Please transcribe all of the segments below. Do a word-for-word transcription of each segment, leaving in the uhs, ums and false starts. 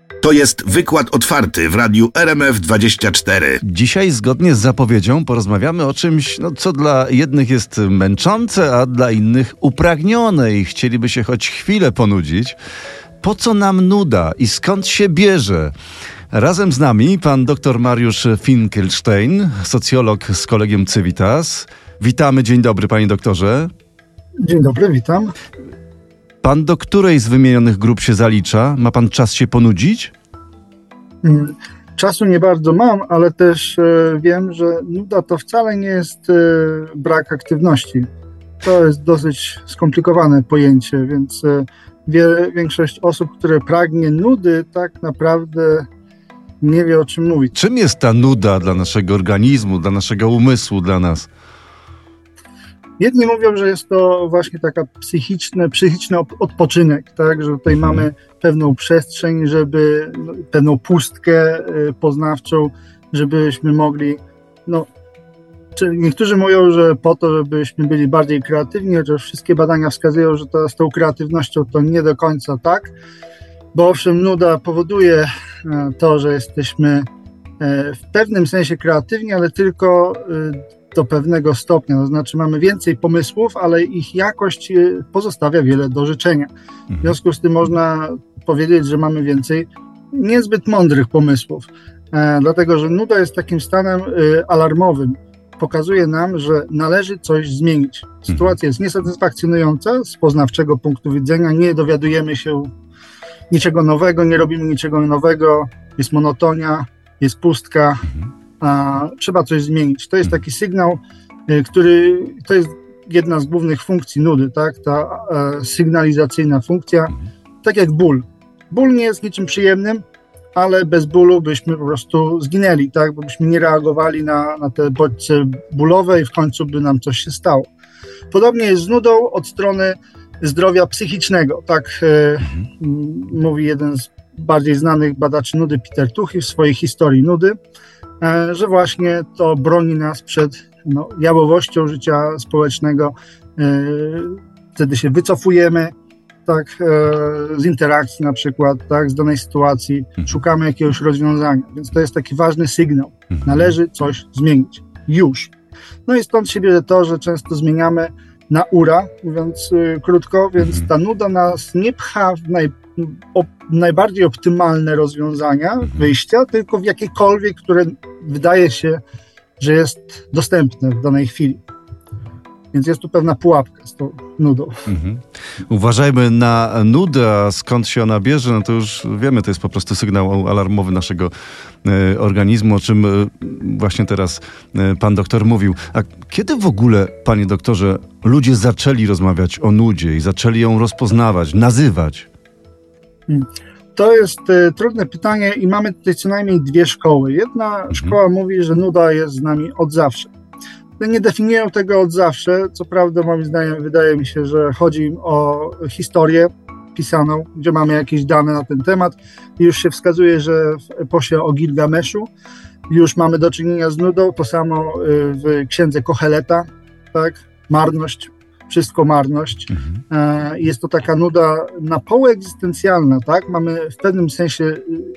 To jest wykład otwarty w radiu R M F dwadzieścia cztery. Dzisiaj zgodnie z zapowiedzią porozmawiamy o czymś, no, co dla jednych jest męczące, a dla innych upragnione i chcieliby się choć chwilę ponudzić. Po co nam nuda i skąd się bierze? Razem z nami pan dr Mariusz Finkelstein, socjolog z Collegium Civitas. Witamy, dzień dobry panie doktorze. Dzień dobry, witam. Pan do której z wymienionych grup się zalicza? Ma pan czas się ponudzić? Czasu nie bardzo mam, ale też e, wiem, że nuda to wcale nie jest e, brak aktywności. To jest dosyć skomplikowane pojęcie, więc e, wie, większość osób, które pragnie nudy, tak naprawdę nie wie, o czym mówić. Czym jest ta nuda dla naszego organizmu, dla naszego umysłu, dla nas? Jedni mówią, że jest to właśnie taka psychiczny, psychiczny odpoczynek, tak, że tutaj hmm. mamy pewną przestrzeń, żeby, no, pewną pustkę y, poznawczą, żebyśmy mogli, no, czy niektórzy mówią, że po to, żebyśmy byli bardziej kreatywni, chociaż wszystkie badania wskazują, że to z tą kreatywnością to nie do końca tak, bo owszem, nuda powoduje y, to, że jesteśmy y, w pewnym sensie kreatywni, ale tylko y, do pewnego stopnia, to znaczy mamy więcej pomysłów, ale ich jakość pozostawia wiele do życzenia. W związku z tym można powiedzieć, że mamy więcej niezbyt mądrych pomysłów, e, dlatego że nuda jest takim stanem e, alarmowym. Pokazuje nam, że należy coś zmienić. Sytuacja jest niesatysfakcjonująca z poznawczego punktu widzenia, nie dowiadujemy się niczego nowego, nie robimy niczego nowego, jest monotonia, jest pustka, a trzeba coś zmienić. To jest taki sygnał, który, to jest jedna z głównych funkcji nudy, tak? Ta e, sygnalizacyjna funkcja, tak jak ból. Ból nie jest niczym przyjemnym, ale bez bólu byśmy po prostu zginęli, tak? Bo byśmy nie reagowali na, na te bodźce bólowe i w końcu by nam coś się stało. Podobnie jest z nudą od strony zdrowia psychicznego, tak e, mówi jeden z bardziej znanych badaczy nudy, Peter Tuchy, w swojej historii nudy, że właśnie to broni nas przed no, jałowością życia społecznego. Wtedy się wycofujemy, tak, z interakcji na przykład, tak, z danej sytuacji, szukamy jakiegoś rozwiązania, więc to jest taki ważny sygnał. Należy coś zmienić. Już. No i stąd się bierze to, że często zmieniamy na ura, mówiąc krótko, więc ta nuda nas nie pcha w naj, op, najbardziej optymalne rozwiązania, wyjścia, tylko w jakiekolwiek, które wydaje się, że jest dostępne w danej chwili. Więc jest tu pewna pułapka z tą nudą. Mhm. Uważajmy na nudę, a skąd się ona bierze, no to już wiemy, to jest po prostu sygnał alarmowy naszego e, organizmu, o czym e, właśnie teraz e, pan doktor mówił. A kiedy w ogóle, panie doktorze, ludzie zaczęli rozmawiać o nudzie i zaczęli ją rozpoznawać, nazywać? Hmm. To jest e, trudne pytanie i mamy tutaj co najmniej dwie szkoły. Jedna mhm. szkoła mówi, że nuda jest z nami od zawsze. Nie definiują tego od zawsze. Co prawda, moim zdaniem, wydaje mi się, że chodzi im o historię pisaną, gdzie mamy jakieś dane na ten temat. I już się wskazuje, że w eposie o Gilgameszu już mamy do czynienia z nudą. To samo w księdze Koheleta, tak? Marność, wszystko marność. Mhm. Jest to taka nuda na połę egzystencjalna, tak? Mamy w pewnym sensie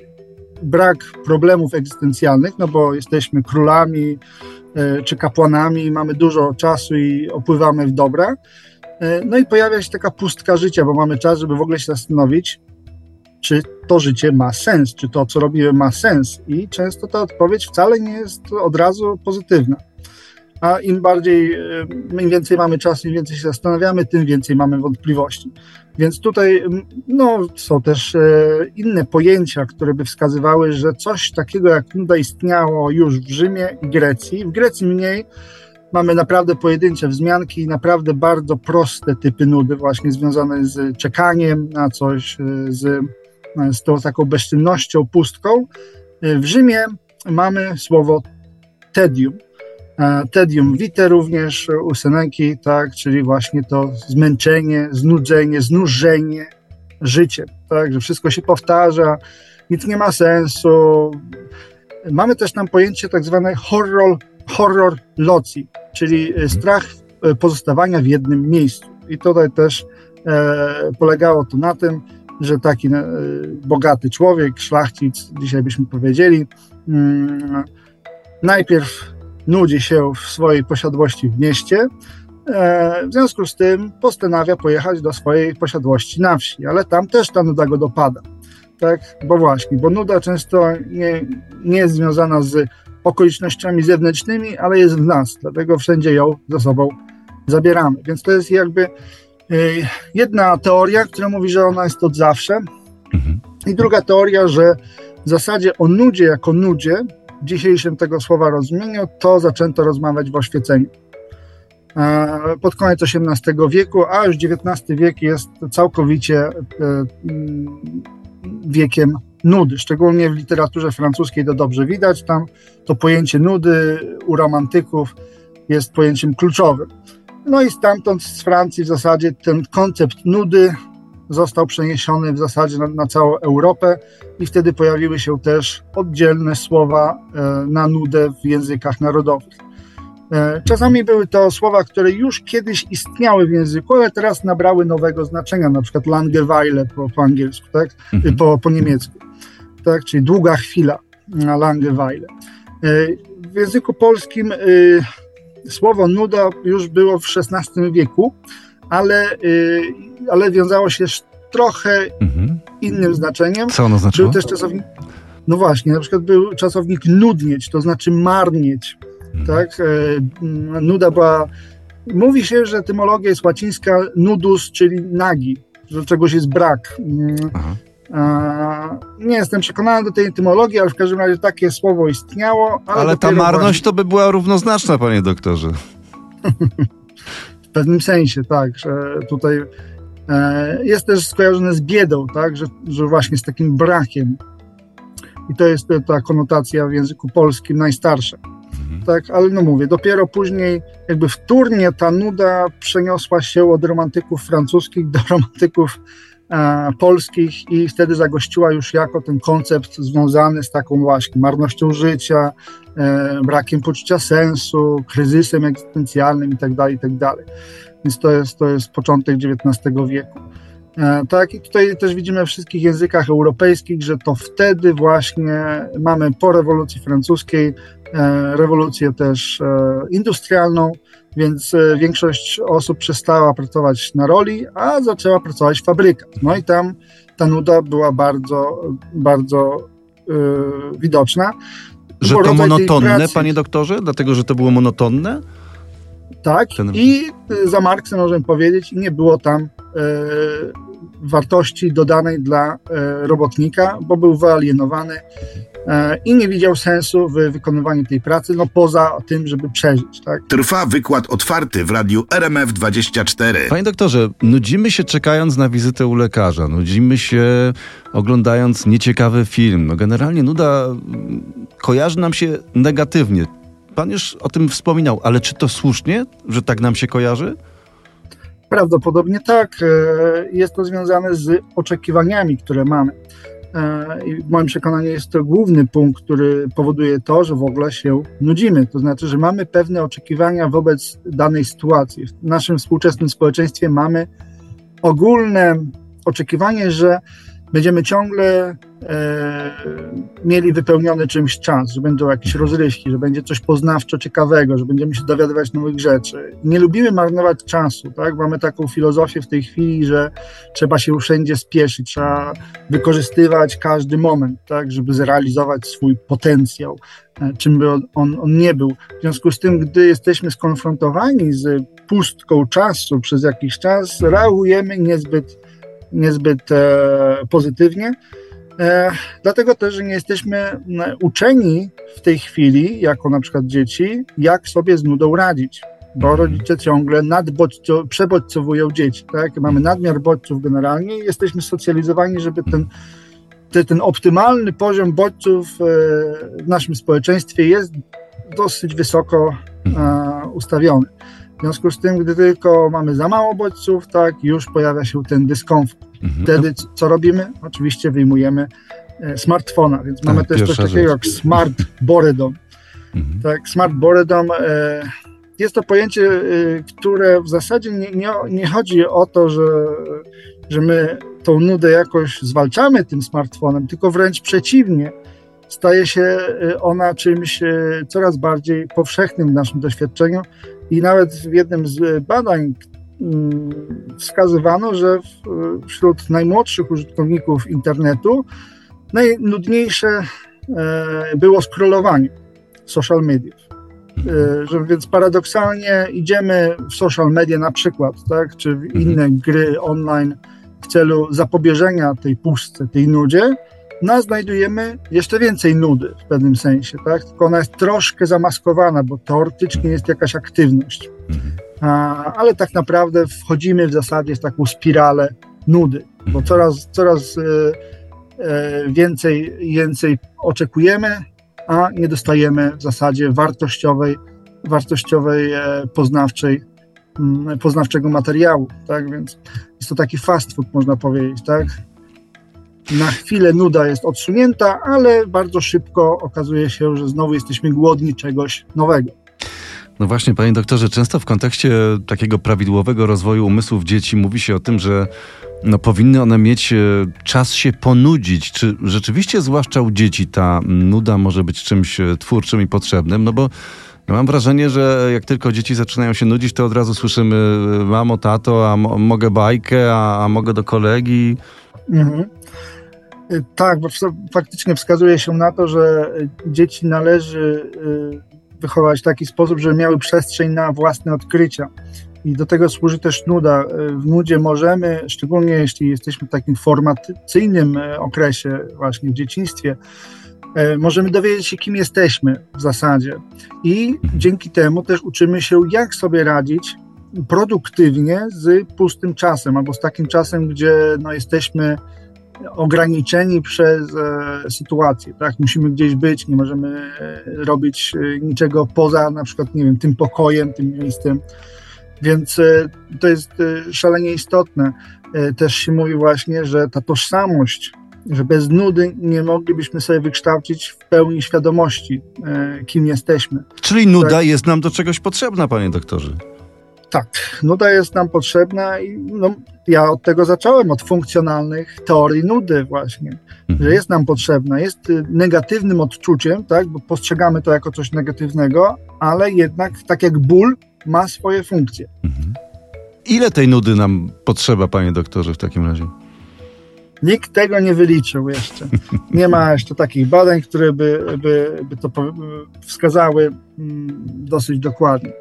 brak problemów egzystencjalnych, no bo jesteśmy królami czy kapłanami, mamy dużo czasu i opływamy w dobra. No i pojawia się taka pustka życia, bo mamy czas, żeby w ogóle się zastanowić, czy to życie ma sens, czy to, co robimy, ma sens. I często ta odpowiedź wcale nie jest od razu pozytywna. A im bardziej, im więcej mamy czasu, im więcej się zastanawiamy, tym więcej mamy wątpliwości. Więc tutaj no, są też e, inne pojęcia, które by wskazywały, że coś takiego jak nuda istniało już w Rzymie i Grecji. W Grecji mniej. Mamy naprawdę pojedyncze wzmianki i naprawdę bardzo proste typy nudy, właśnie związane z czekaniem na coś, z, z tą taką bezczynnością, pustką. W Rzymie mamy słowo tedium. Tedium vitae również u Seneki, tak, czyli właśnie to zmęczenie, znudzenie, znużenie życiem, tak, że wszystko się powtarza, nic nie ma sensu. Mamy też tam pojęcie tak zwane horror, horror loci, czyli strach pozostawania w jednym miejscu. I tutaj też e, polegało to na tym, że taki e, bogaty człowiek, szlachcic, dzisiaj byśmy powiedzieli, mm, najpierw nudzi się w swojej posiadłości w mieście, e, w związku z tym postanawia pojechać do swojej posiadłości na wsi, ale tam też ta nuda go dopada. Tak? Bo właśnie, bo nuda często nie, nie jest związana z okolicznościami zewnętrznymi, ale jest w nas, dlatego wszędzie ją ze sobą zabieramy. Więc to jest jakby jedna teoria, która mówi, że ona jest od zawsze, mhm. i druga teoria, że w zasadzie o nudzie jako nudzie, w dzisiejszym tego słowa rozumieniu, to zaczęto rozmawiać w oświeceniu. Pod koniec osiemnastego wieku, a już dziewiętnasty wiek jest całkowicie wiekiem nudy, szczególnie w literaturze francuskiej to dobrze widać, tam to pojęcie nudy u romantyków jest pojęciem kluczowym. No i stamtąd z Francji w zasadzie ten koncept nudy został przeniesiony w zasadzie na, na całą Europę i wtedy pojawiły się też oddzielne słowa e, na nudę w językach narodowych. E, czasami były to słowa, które już kiedyś istniały w języku, ale teraz nabrały nowego znaczenia, na przykład Langeweile po, po angielsku, tak? mhm. po, po niemiecku, tak? Czyli długa chwila, Langeweile. E, w języku polskim e, słowo nuda już było w szesnastym wieku, ale, ale wiązało się z trochę mhm. innym znaczeniem. Co ono znaczyło? Był też czasownik, no właśnie, na przykład był czasownik nudnieć, to znaczy marnieć. Mhm. Tak? Nuda była... Mówi się, że etymologia jest łacińska nudus, czyli nagi, że czegoś jest brak. Aha. Nie jestem przekonany do tej etymologii, ale w każdym razie takie słowo istniało. Ale, ale ta marność właśnie... to by była równoznaczna, panie doktorze. W pewnym sensie, tak, że tutaj e, jest też skojarzone z biedą, tak, że, że właśnie z takim brakiem. I to jest ta konotacja w języku polskim najstarsza. Mhm. Tak, ale no mówię, dopiero później jakby wtórnie ta nuda przeniosła się od romantyków francuskich do romantyków polskich i wtedy zagościła już jako ten koncept związany z taką właśnie marnością życia, e, brakiem poczucia sensu, kryzysem egzystencjalnym itd., itd. Więc to jest, to jest początek dziewiętnastego wieku. E, tak, i tutaj też widzimy we wszystkich językach europejskich, że to wtedy właśnie mamy po rewolucji francuskiej e, rewolucję też e, industrialną, więc większość osób przestała pracować na roli, a zaczęła pracować w fabrykach. No i tam ta nuda była bardzo, bardzo yy, widoczna. Że to monotonne, pracy... panie doktorze? Dlatego, że to było monotonne? Tak, Ten... i za Marksem możemy powiedzieć, nie było tam yy, wartości dodanej dla yy, robotnika, bo był wyalienowany i nie widział sensu w wykonywaniu tej pracy, no poza tym, żeby przeżyć. Tak? Trwa wykład otwarty w radiu R M F dwadzieścia cztery. Panie doktorze, nudzimy się czekając na wizytę u lekarza, nudzimy się oglądając nieciekawy film. No generalnie nuda kojarzy nam się negatywnie. Pan już o tym wspominał, ale czy to słusznie, że tak nam się kojarzy? Prawdopodobnie tak. Jest to związane z oczekiwaniami, które mamy. I w moim przekonaniu jest to główny punkt, który powoduje to, że w ogóle się nudzimy. To znaczy, że mamy pewne oczekiwania wobec danej sytuacji. W naszym współczesnym społeczeństwie mamy ogólne oczekiwanie, że będziemy ciągle e, mieli wypełniony czymś czas, że będą jakieś rozrywki, że będzie coś poznawczo ciekawego, że będziemy się dowiadywać nowych rzeczy. Nie lubimy marnować czasu, tak? Mamy taką filozofię w tej chwili, że trzeba się wszędzie spieszyć, trzeba wykorzystywać każdy moment, tak? Żeby zrealizować swój potencjał, e, czym by on, on nie był. W związku z tym, gdy jesteśmy skonfrontowani z pustką czasu przez jakiś czas, reagujemy niezbyt niezbyt e, pozytywnie, e, dlatego też, że nie jesteśmy uczeni w tej chwili, jako na przykład dzieci, jak sobie z nudą radzić, bo rodzice ciągle nadbodźco, przebodźcowują dzieci, tak? Mamy nadmiar bodźców generalnie i jesteśmy socjalizowani, żeby ten, te, ten optymalny poziom bodźców e, w naszym społeczeństwie jest dosyć wysoko e, ustawiony. W związku z tym, gdy tylko mamy za mało bodźców, tak, już pojawia się ten dyskomfort. Mhm. Wtedy co robimy? Oczywiście wyjmujemy e, smartfona, więc tak, mamy też coś takiego jak smart boredom. Mhm. Tak, smart boredom e, jest to pojęcie, e, które w zasadzie nie, nie, nie chodzi o to, że że my tą nudę jakoś zwalczamy tym smartfonem, tylko wręcz przeciwnie. Staje się ona czymś coraz bardziej powszechnym w naszym doświadczeniu i nawet w jednym z badań wskazywano, że wśród najmłodszych użytkowników internetu najnudniejsze było scrollowanie social mediów. Że więc paradoksalnie idziemy w social media na przykład, tak, czy w inne gry online w celu zapobieżenia tej pustce, tej nudzie, no znajdujemy jeszcze więcej nudy w pewnym sensie, tak? Tylko ona jest troszkę zamaskowana, bo teoretycznie jest jakaś aktywność. A, ale tak naprawdę wchodzimy w zasadzie w taką spiralę nudy, bo coraz, coraz e, e, więcej, więcej oczekujemy, a nie dostajemy w zasadzie wartościowej, wartościowej e, poznawczej, m, poznawczego materiału, tak? Więc jest to taki fast food, można powiedzieć, tak? Na chwilę nuda jest odsunięta, ale bardzo szybko okazuje się, że znowu jesteśmy głodni czegoś nowego. No właśnie, panie doktorze, często w kontekście takiego prawidłowego rozwoju umysłów dzieci mówi się o tym, że no, powinny one mieć czas się ponudzić. Czy rzeczywiście, zwłaszcza u dzieci, ta nuda może być czymś twórczym i potrzebnym? No bo ja mam wrażenie, że jak tylko dzieci zaczynają się nudzić, to od razu słyszymy: mamo, tato, a mo- mogę bajkę, a, a mogę do kolegi. Mhm. Tak, bo faktycznie wskazuje się na to, że dzieci należy wychować w taki sposób, żeby miały przestrzeń na własne odkrycia. I do tego służy też nuda. W nudzie możemy, szczególnie jeśli jesteśmy w takim formacyjnym okresie właśnie w dzieciństwie, możemy dowiedzieć się, kim jesteśmy w zasadzie. I dzięki temu też uczymy się, jak sobie radzić produktywnie z pustym czasem, albo z takim czasem, gdzie no, jesteśmy ograniczeni przez e, sytuację, tak? Musimy gdzieś być, nie możemy e, robić e, niczego poza na przykład, nie wiem, tym pokojem, tym miejscem, więc e, to jest e, szalenie istotne. E, też się mówi właśnie, że ta tożsamość, że bez nudy nie moglibyśmy sobie wykształcić w pełni świadomości, e, kim jesteśmy. Czyli nuda tak? jest nam do czegoś potrzebna, panie doktorze. Tak, nuda jest nam potrzebna i no, ja od tego zacząłem, od funkcjonalnych teorii nudy właśnie, mhm. że jest nam potrzebna, jest negatywnym odczuciem, tak, bo postrzegamy to jako coś negatywnego, ale jednak tak jak ból ma swoje funkcje. Mhm. Ile tej nudy nam potrzeba, panie doktorze, w takim razie? Nikt tego nie wyliczył jeszcze. Nie ma jeszcze takich badań, które by, by, by to wskazały dosyć dokładnie.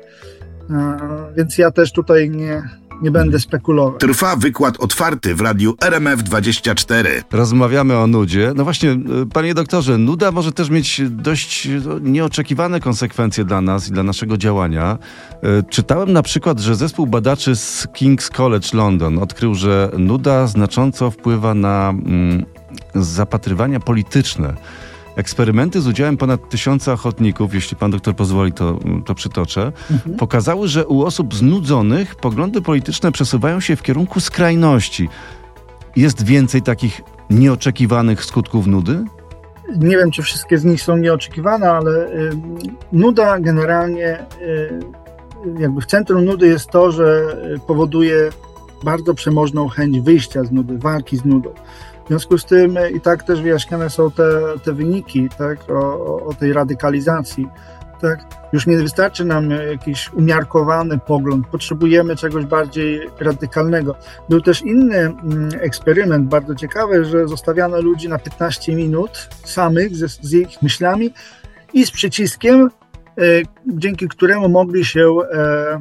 Więc ja też tutaj nie, nie będę spekulować. Trwa wykład otwarty w radiu R M F dwadzieścia cztery. Rozmawiamy o nudzie. No właśnie, panie doktorze, nuda może też mieć dość nieoczekiwane konsekwencje dla nas i dla naszego działania. Czytałem na przykład, że zespół badaczy z King's College London odkrył, że nuda znacząco wpływa na mm, zapatrywania polityczne. Eksperymenty z udziałem ponad tysiąca ochotników, jeśli pan doktor pozwoli, to, to przytoczę, mhm. pokazały, że u osób znudzonych poglądy polityczne przesuwają się w kierunku skrajności. Jest więcej takich nieoczekiwanych skutków nudy? Nie wiem, czy wszystkie z nich są nieoczekiwane, ale y, nuda generalnie, y, jakby w centrum nudy jest to, że powoduje bardzo przemożną chęć wyjścia z nudy, walki z nudą. W związku z tym i tak też wyjaśniane są te, te wyniki, tak, o, o tej radykalizacji. Tak. Już nie wystarczy nam jakiś umiarkowany pogląd, potrzebujemy czegoś bardziej radykalnego. Był też inny mm, eksperyment, bardzo ciekawy, że zostawiano ludzi na piętnaście minut samych z, z ich myślami i z przyciskiem, e, dzięki któremu mogli się e,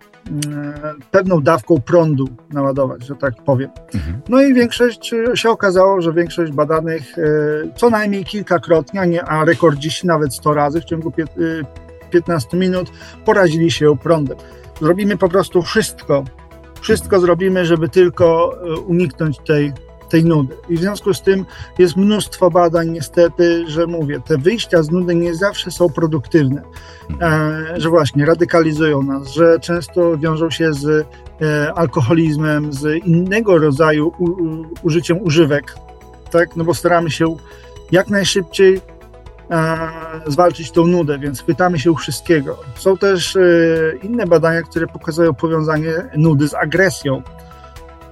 pewną dawką prądu naładować, że tak powiem. Mhm. No i większość, się okazało, że większość badanych co najmniej kilkakrotnie, a, nie, a rekordziści nawet sto razy w ciągu piętnastu minut porazili się prądem. Zrobimy po prostu wszystko, wszystko zrobimy, żeby tylko uniknąć tej, tej nudy. I w związku z tym jest mnóstwo badań niestety, że mówię, te wyjścia z nudy nie zawsze są produktywne, e, że właśnie radykalizują nas, że często wiążą się z e, alkoholizmem, z innego rodzaju u, u, użyciem używek, tak? No bo staramy się jak najszybciej e, zwalczyć tą nudę, więc pytamy się u wszystkiego. Są też e, inne badania, które pokazują powiązanie nudy z agresją.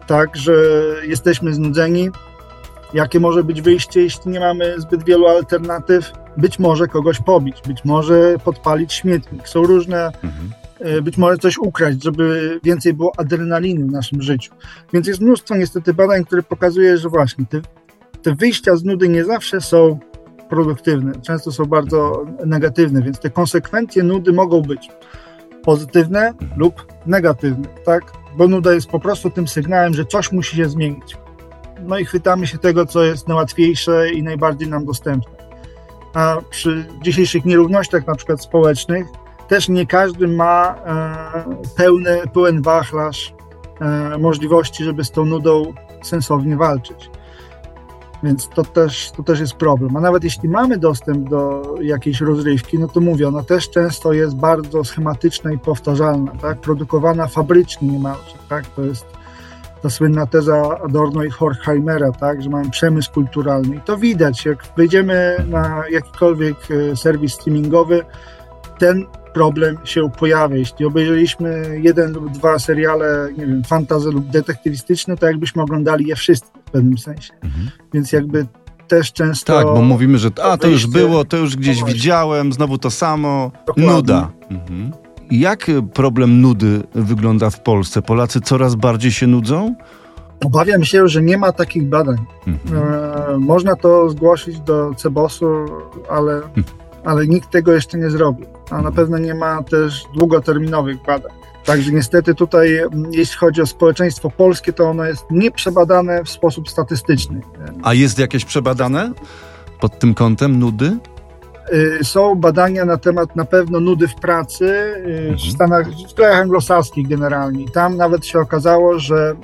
tak, że jesteśmy znudzeni. Jakie może być wyjście, jeśli nie mamy zbyt wielu alternatyw? Być może kogoś pobić, być może podpalić śmietnik. Są różne, mhm. być może coś ukraść, żeby więcej było adrenaliny w naszym życiu. Więc jest mnóstwo niestety badań, które pokazuje, że właśnie te, te wyjścia z nudy nie zawsze są produktywne, często są bardzo negatywne, więc te konsekwencje nudy mogą być pozytywne lub negatywne, tak? Bo nuda jest po prostu tym sygnałem, że coś musi się zmienić. No i chwytamy się tego, co jest najłatwiejsze i najbardziej nam dostępne. A przy dzisiejszych nierównościach na przykład społecznych też nie każdy ma e, pełny, pełen wachlarz e, możliwości, żeby z tą nudą sensownie walczyć. Więc to też, to też jest problem. A nawet jeśli mamy dostęp do jakiejś rozrywki, no to mówię, ona też często jest bardzo schematyczna i powtarzalna, tak? Produkowana fabrycznie niemalże, tak? To jest ta słynna teza Adorno i Horkheimera, tak? Że mamy przemysł kulturalny. I to widać, jak wejdziemy na jakikolwiek serwis streamingowy, ten problem się pojawia. Jeśli obejrzeliśmy jeden lub dwa seriale, nie wiem, fantasy lub detektywistyczne, to jakbyśmy oglądali je wszystkie w pewnym sensie. Mhm. Więc jakby też często... Tak, bo mówimy, że a, to już było, to już gdzieś widziałem, znowu to samo. Dokładnie. Nuda. Mhm. Jak problem nudy wygląda w Polsce? Polacy coraz bardziej się nudzą? Obawiam się, że nie ma takich badań. Mhm. E, można to zgłosić do Cebosu, ale... Mhm. ale nikt tego jeszcze nie zrobił, a na pewno nie ma też długoterminowych badań. Także niestety tutaj, jeśli chodzi o społeczeństwo polskie, to ono jest nieprzebadane w sposób statystyczny. A jest jakieś przebadane pod tym kątem nudy? Są badania na temat na pewno nudy w pracy mhm. w Stanach, w krajach anglosaskich generalnie. Tam nawet się okazało, że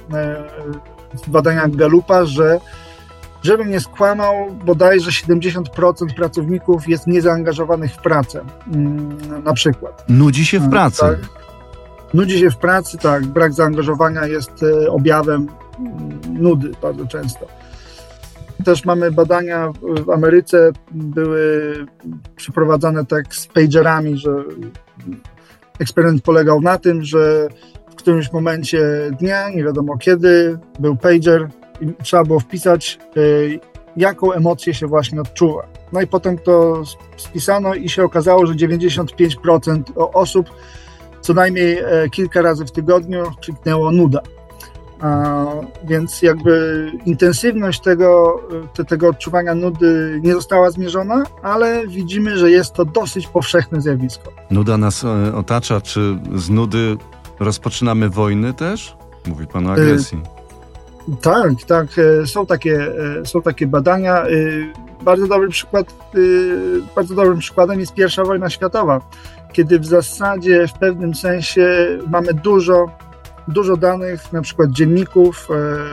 w badaniach Gallupa, że żebym nie skłamał, bodajże siedemdziesiąt procent pracowników jest niezaangażowanych w pracę, na przykład. Nudzi się w pracy. Tak. Nudzi się w pracy, tak. Brak zaangażowania jest objawem nudy bardzo często. Też mamy badania w Ameryce, były przeprowadzane tak z pagerami, że eksperyment polegał na tym, że w którymś momencie dnia, nie wiadomo kiedy, był pager, i trzeba było wpisać, y, jaką emocję się właśnie odczuwa. No i potem to spisano i się okazało, że dziewięćdziesiąt pięć procent osób co najmniej e, kilka razy w tygodniu kliknęło nuda. A, więc jakby intensywność tego, te, tego odczuwania nudy nie została zmierzona, ale widzimy, że jest to dosyć powszechne zjawisko. Nuda nas e, otacza. Czy z nudy rozpoczynamy wojny też? Mówi pan o agresji. Y- Tak, tak, są takie, są takie badania. Bardzo dobry przykład, bardzo dobrym przykładem jest pierwsza wojna światowa, kiedy w zasadzie w pewnym sensie mamy dużo, dużo danych, na przykład dzienników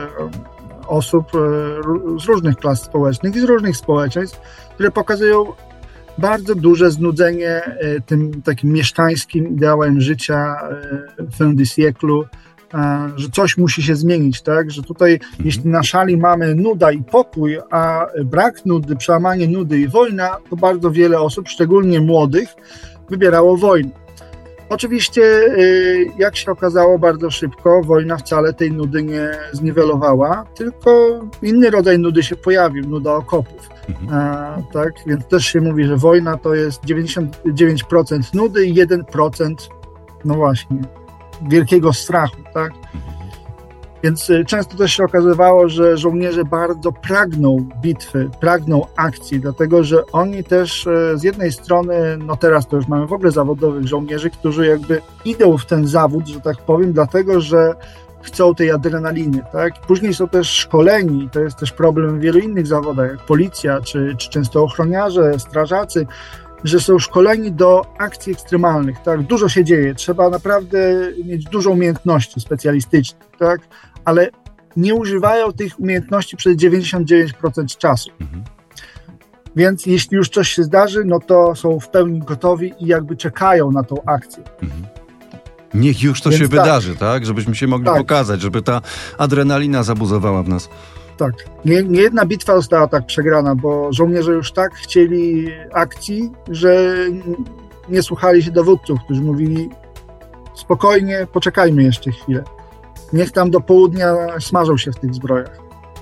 osób z różnych klas społecznych i z różnych społeczeństw, które pokazują bardzo duże znudzenie tym takim mieszczańskim ideałem życia fin de siècle, że coś musi się zmienić, tak? Że tutaj mhm. jeśli na szali mamy nuda i pokój, a brak nudy, przełamanie nudy i wojna, to bardzo wiele osób, szczególnie młodych, wybierało wojnę. Oczywiście, jak się okazało bardzo szybko, wojna wcale tej nudy nie zniwelowała, tylko inny rodzaj nudy się pojawił, nuda okopów. Mhm. A, tak? Więc też się mówi, że wojna to jest dziewięćdziesiąt dziewięć procent nudy i jeden procent, no właśnie, wielkiego strachu, tak? Więc często też się okazywało, że żołnierze bardzo pragną bitwy, pragną akcji, dlatego że oni też z jednej strony, no teraz to już mamy w ogóle zawodowych żołnierzy, którzy jakby idą w ten zawód, że tak powiem, dlatego że chcą tej adrenaliny, tak? Później są też szkoleni, to jest też problem w wielu innych zawodach, jak policja, czy, czy często ochroniarze, strażacy, że są szkoleni do akcji ekstremalnych, tak? Dużo się dzieje, trzeba naprawdę mieć dużo umiejętności specjalistycznych, tak? Ale nie używają tych umiejętności przez dziewięćdziesiąt dziewięć procent czasu. Mhm. Więc jeśli już coś się zdarzy, no to są w pełni gotowi i jakby czekają na tą akcję. Mhm. Niech już to Więc się tak. wydarzy, tak? Żebyśmy się mogli tak. pokazać, żeby ta adrenalina zabuzowała w nas. Tak. Nie, nie jedna bitwa została tak przegrana, bo żołnierze już tak chcieli akcji, że nie słuchali się dowódców, którzy mówili spokojnie, poczekajmy jeszcze chwilę. niech tam do południa smażą się w tych zbrojach.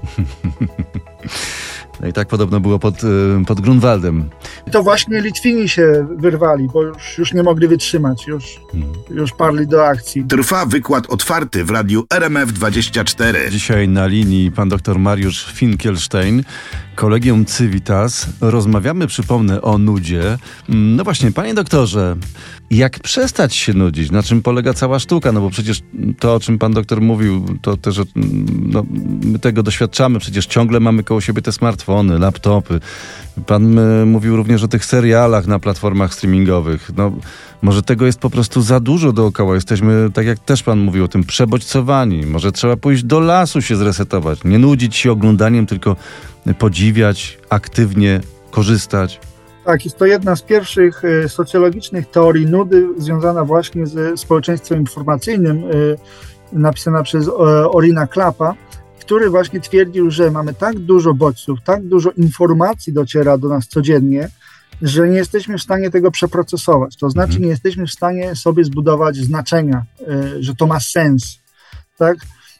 No i tak podobno było pod, pod Grunwaldem. I to właśnie Litwini się wyrwali, bo już, już nie mogli wytrzymać, już, hmm. już parli do akcji. Trwa wykład otwarty w radiu R M F dwadzieścia cztery. Dzisiaj na linii pan dr Mariusz Finkielsztein, Collegium Civitas. Rozmawiamy, przypomnę, o nudzie. No właśnie, panie doktorze, jak przestać się nudzić? Na czym polega cała sztuka? No bo przecież to, o czym pan doktor mówił, to też no, my tego doświadczamy. Przecież ciągle mamy koło siebie te smartfony, laptopy. Pan y, mówił również o tych serialach na platformach streamingowych. No, może tego jest po prostu za dużo dookoła. Jesteśmy, tak jak też pan mówił o tym, przebodźcowani. Może trzeba pójść do lasu się zresetować. Nie nudzić się oglądaniem, tylko podziwiać, aktywnie korzystać. Tak, jest to jedna z pierwszych y, socjologicznych teorii nudy związana właśnie ze społeczeństwem informacyjnym, y, napisana przez y, Orina Klapa, który właśnie twierdził, że mamy tak dużo bodźców, tak dużo informacji dociera do nas codziennie, że nie jesteśmy w stanie tego przeprocesować. To znaczy nie jesteśmy w stanie sobie zbudować znaczenia, y, że to ma sens, tak?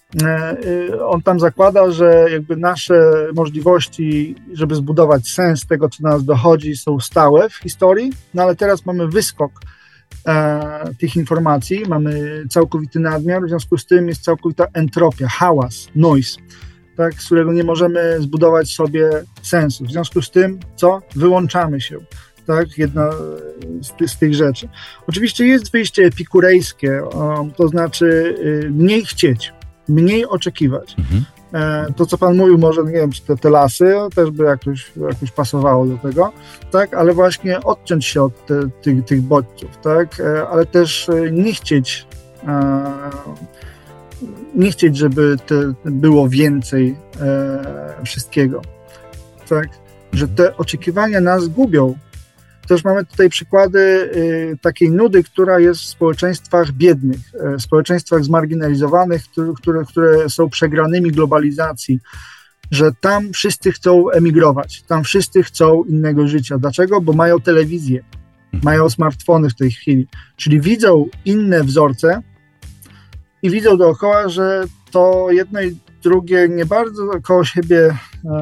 On tam zakłada, że jakby nasze możliwości, żeby zbudować sens tego, co do nas dochodzi, są stałe w historii, no ale teraz mamy wyskok e, tych informacji, mamy całkowity nadmiar, w związku z tym jest całkowita entropia, hałas, noise, tak, z którego nie możemy zbudować sobie sensu. W związku z tym, co? Wyłączamy się. Tak, jedna z, ty, z tych rzeczy. Oczywiście jest wyjście epikurejskie, o, to znaczy y, mniej chcieć, mniej oczekiwać. Mhm. E, to, co pan mówił, może, nie wiem, czy te, te lasy też by jakoś, jakoś pasowało do tego, tak, ale właśnie odciąć się od te, tych, tych bodźców, tak, e, ale też nie chcieć, e, nie chcieć, żeby te, było więcej e, wszystkiego, tak, że te oczekiwania nas gubią. Też mamy tutaj przykłady y, takiej nudy, która jest w społeczeństwach biednych, y, społeczeństwach zmarginalizowanych, które, które, które są przegranymi globalizacji, że tam wszyscy chcą emigrować, tam wszyscy chcą innego życia. Dlaczego? Bo mają telewizję, mają smartfony w tej chwili, czyli widzą inne wzorce i widzą dookoła, że to jedno i drugie nie bardzo koło siebie, y,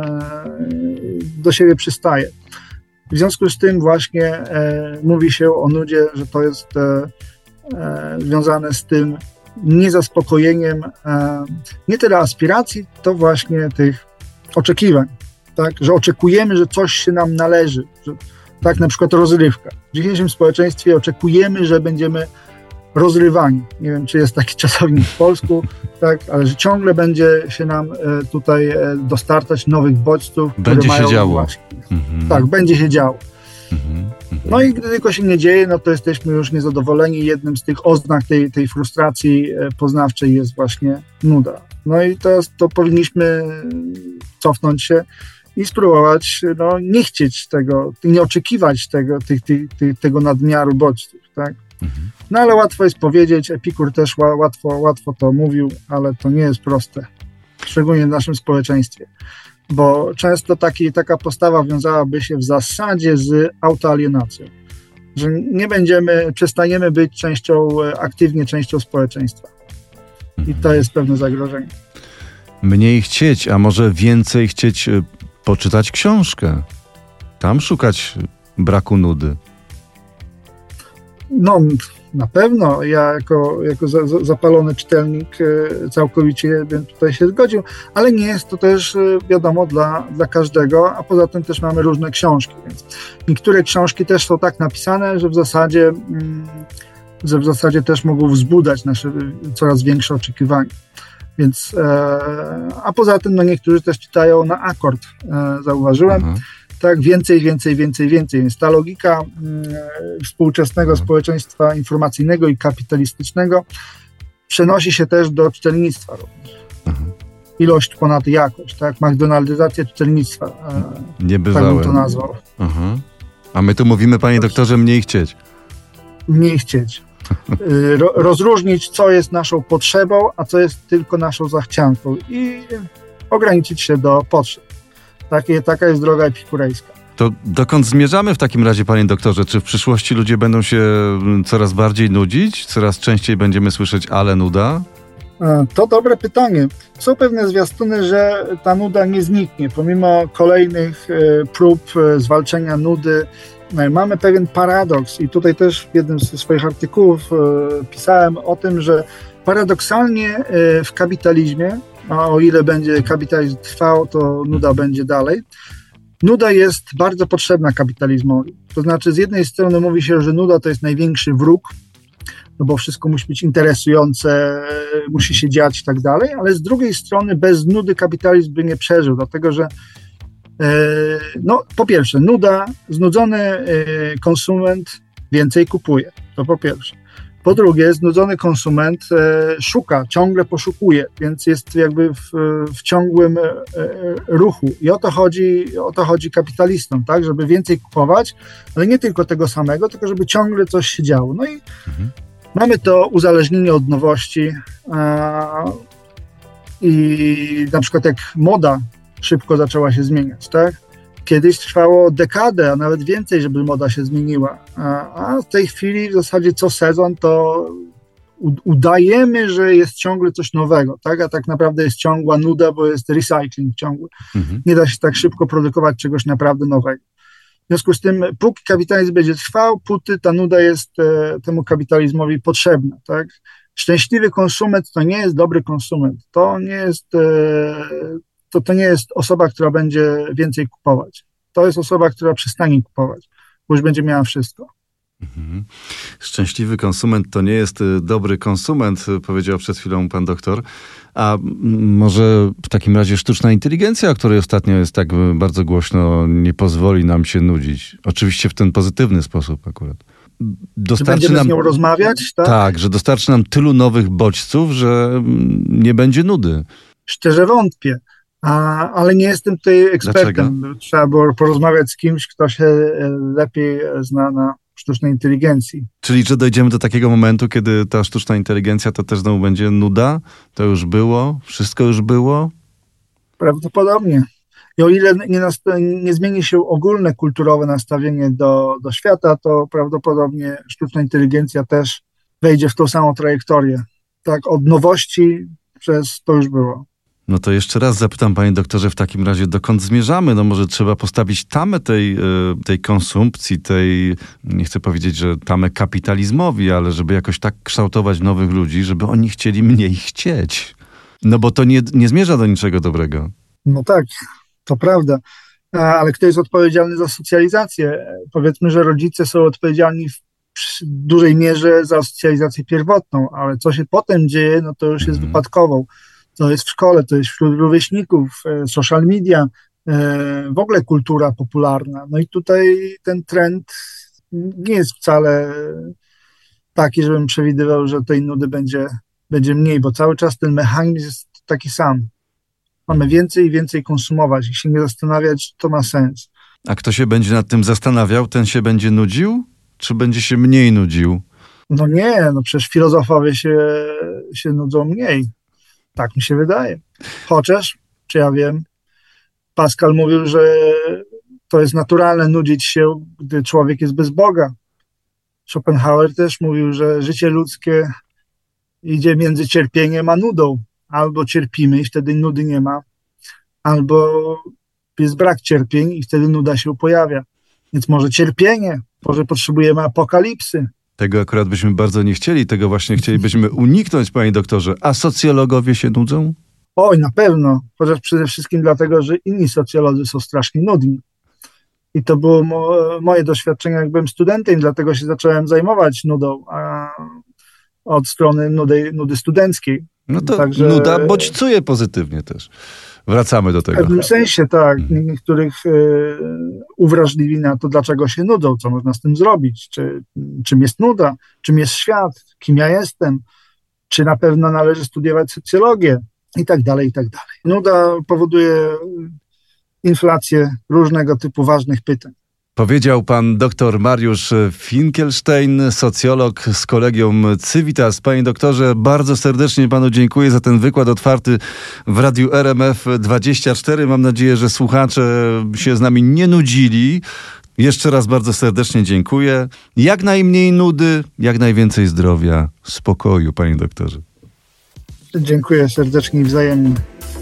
do siebie przystaje. W związku z tym właśnie e, mówi się o nudzie, że to jest e, e, związane z tym niezaspokojeniem e, nie tyle aspiracji, to właśnie tych oczekiwań, tak? Że oczekujemy, że coś się nam należy, że, tak, na przykład rozrywka. W dzisiejszym społeczeństwie oczekujemy, że będziemy rozrywani. Nie wiem, czy jest taki czasownik w polsku, tak, ale że ciągle będzie się nam e, tutaj e, dostarczać nowych bodźców, będzie które mają się działo. Właśnie, mhm. Tak, będzie się działo. Mhm. No i gdy tylko się nie dzieje, no to jesteśmy już niezadowoleni. Jednym z tych oznak tej, tej frustracji e, poznawczej jest właśnie nuda. No i teraz to powinniśmy cofnąć się i spróbować no, nie chcieć tego, nie oczekiwać tego, tych, tych, tych, tego nadmiaru bodźców, tak? No ale łatwo jest powiedzieć, Epikur też łatwo, łatwo to mówił, ale to nie jest proste, szczególnie w naszym społeczeństwie, bo często taki, taka postawa wiązałaby się w zasadzie z autoalienacją, że nie będziemy, przestaniemy być częścią, aktywnie częścią społeczeństwa i to jest pewne zagrożenie. Mniej chcieć, a może więcej chcieć poczytać książkę, tam szukać braku nudy. No, na pewno. Ja jako, jako za, za, zapalony czytelnik całkowicie bym tutaj się zgodził, ale nie jest to też wiadomo dla, dla każdego, a poza tym też mamy różne książki, więc niektóre książki też są tak napisane, że w zasadzie, mm, że w zasadzie też mogą wzbudzać nasze coraz większe oczekiwania. Więc, e, a poza tym no niektórzy też czytają na akord, e, zauważyłem. Aha. Tak, więcej, więcej, więcej, więcej. Więc ta logika y, współczesnego społeczeństwa informacyjnego i kapitalistycznego przenosi się też do czytelnictwa również. Aha. Ilość ponad jakość, tak? McDonaldyzacja czytelnictwa. Y, Niebywałe. Tak bym to nazwał. Aha. A my tu mówimy, panie doktorze, mniej chcieć. Mniej chcieć. Y, ro, rozróżnić, co jest naszą potrzebą, a co jest tylko naszą zachcianką i ograniczyć się do potrzeb. Takie, taka jest droga epikurejska. To dokąd zmierzamy w takim razie, panie doktorze? Czy w przyszłości ludzie będą się coraz bardziej nudzić? Coraz częściej będziemy słyszeć ale nuda? To dobre pytanie. Są pewne zwiastuny, że ta nuda nie zniknie. Pomimo kolejnych prób zwalczenia nudy, mamy pewien paradoks i tutaj też w jednym ze swoich artykułów pisałem o tym, że paradoksalnie w kapitalizmie, a o ile będzie kapitalizm trwał, to nuda będzie dalej, nuda jest bardzo potrzebna kapitalizmowi. To znaczy z jednej strony mówi się, że nuda to jest największy wróg, no bo wszystko musi być interesujące, musi się dziać i tak dalej, ale z drugiej strony bez nudy kapitalizm by nie przeżył, dlatego że no po pierwsze nuda, znudzony konsument więcej kupuje, to po pierwsze. Po drugie, znudzony konsument szuka, ciągle poszukuje, więc jest jakby w, w ciągłym ruchu i o to chodzi, o to chodzi kapitalistom, tak, żeby więcej kupować, ale nie tylko tego samego, tylko żeby ciągle coś się działo. No i mhm. mamy to uzależnienie od nowości a, i na przykład jak moda szybko zaczęła się zmieniać, tak? Kiedyś trwało dekadę, a nawet więcej, żeby moda się zmieniła, a, a w tej chwili w zasadzie co sezon to u, udajemy, że jest ciągle coś nowego, tak? A tak naprawdę jest ciągła nuda, bo jest recycling ciągły. Mhm. Nie da się tak szybko produkować czegoś naprawdę nowego. W związku z tym, póki kapitalizm będzie trwał, póty ta nuda jest e, temu kapitalizmowi potrzebna, tak? Szczęśliwy konsument to nie jest dobry konsument, to nie jest... E, to to nie jest osoba, która będzie więcej kupować. To jest osoba, która przestanie kupować, bo już będzie miała wszystko. Mhm. Szczęśliwy konsument to nie jest dobry konsument, powiedział przed chwilą pan doktor. A może w takim razie sztuczna inteligencja, o której ostatnio jest tak bardzo głośno, nie pozwoli nam się nudzić? Oczywiście w ten pozytywny sposób akurat. Dostarczy Czy będziemy nam, z nią rozmawiać? Tak? tak, że dostarczy nam tylu nowych bodźców, że nie będzie nudy. Szczerze wątpię. A, ale nie jestem tutaj ekspertem. Dlaczego? Trzeba było porozmawiać z kimś, kto się lepiej zna na sztucznej inteligencji. Czyli, że dojdziemy do takiego momentu, kiedy ta sztuczna inteligencja to też znowu będzie nuda? To już było? Wszystko już było? Prawdopodobnie. I o ile nie, nast- nie zmieni się ogólne kulturowe nastawienie do, do świata, to prawdopodobnie sztuczna inteligencja też wejdzie w tą samą trajektorię. Tak, od nowości przez to już było. No to jeszcze raz zapytam, panie doktorze, w takim razie dokąd zmierzamy? No może trzeba postawić tamę tej, tej konsumpcji, tej, nie chcę powiedzieć, że tamę kapitalizmowi, ale żeby jakoś tak kształtować nowych ludzi, żeby oni chcieli mniej chcieć. No bo to nie, nie zmierza do niczego dobrego. No tak, to prawda. Ale kto jest odpowiedzialny za socjalizację? Powiedzmy, że rodzice są odpowiedzialni w dużej mierze za socjalizację pierwotną, ale co się potem dzieje, no to już jest hmm. wypadkową. To jest w szkole, to jest wśród rówieśników, social media, w ogóle kultura popularna. No i tutaj ten trend nie jest wcale taki, żebym przewidywał, że tej nudy będzie, będzie mniej, bo cały czas ten mechanizm jest taki sam. Mamy więcej i więcej konsumować i się nie zastanawiać, czy to ma sens. A kto się będzie nad tym zastanawiał, ten się będzie nudził, czy będzie się mniej nudził? No nie, no przecież filozofowie się, się nudzą mniej. Tak mi się wydaje. Chociaż, czy ja wiem, Pascal mówił, że to jest naturalne nudzić się, gdy człowiek jest bez Boga. Schopenhauer też mówił, że życie ludzkie idzie między cierpieniem a nudą. Albo cierpimy i wtedy nudy nie ma, albo jest brak cierpień i wtedy nuda się pojawia. Więc może cierpienie, może potrzebujemy apokalipsy. Tego akurat byśmy bardzo nie chcieli, tego właśnie chcielibyśmy uniknąć, panie doktorze. A socjologowie się nudzą? Oj, na pewno. Chociaż przede wszystkim dlatego, że inni socjolodzy są strasznie nudni. I to było mo- moje doświadczenie, jak byłem studentem, dlatego się zacząłem zajmować nudą a od strony nudy, nudy studenckiej. No to Także... nuda bodźcuje pozytywnie też. Wracamy do tego. W pewnym sensie, tak. Niektórych y, uwrażliwi na to, dlaczego się nudzą, co można z tym zrobić, czy, czym jest nuda, czym jest świat, kim ja jestem, czy na pewno należy studiować socjologię i tak dalej, i tak dalej. Nuda powoduje inflację różnego typu ważnych pytań. Powiedział pan dr Mariusz Finkelstein, socjolog z Kolegium Civitas. Panie doktorze, bardzo serdecznie panu dziękuję za ten wykład otwarty w Radiu R M F dwadzieścia cztery. Mam nadzieję, że słuchacze się z nami nie nudzili. Jeszcze raz bardzo serdecznie dziękuję. Jak najmniej nudy, jak najwięcej zdrowia, spokoju, panie doktorze. Dziękuję serdecznie i wzajemnie.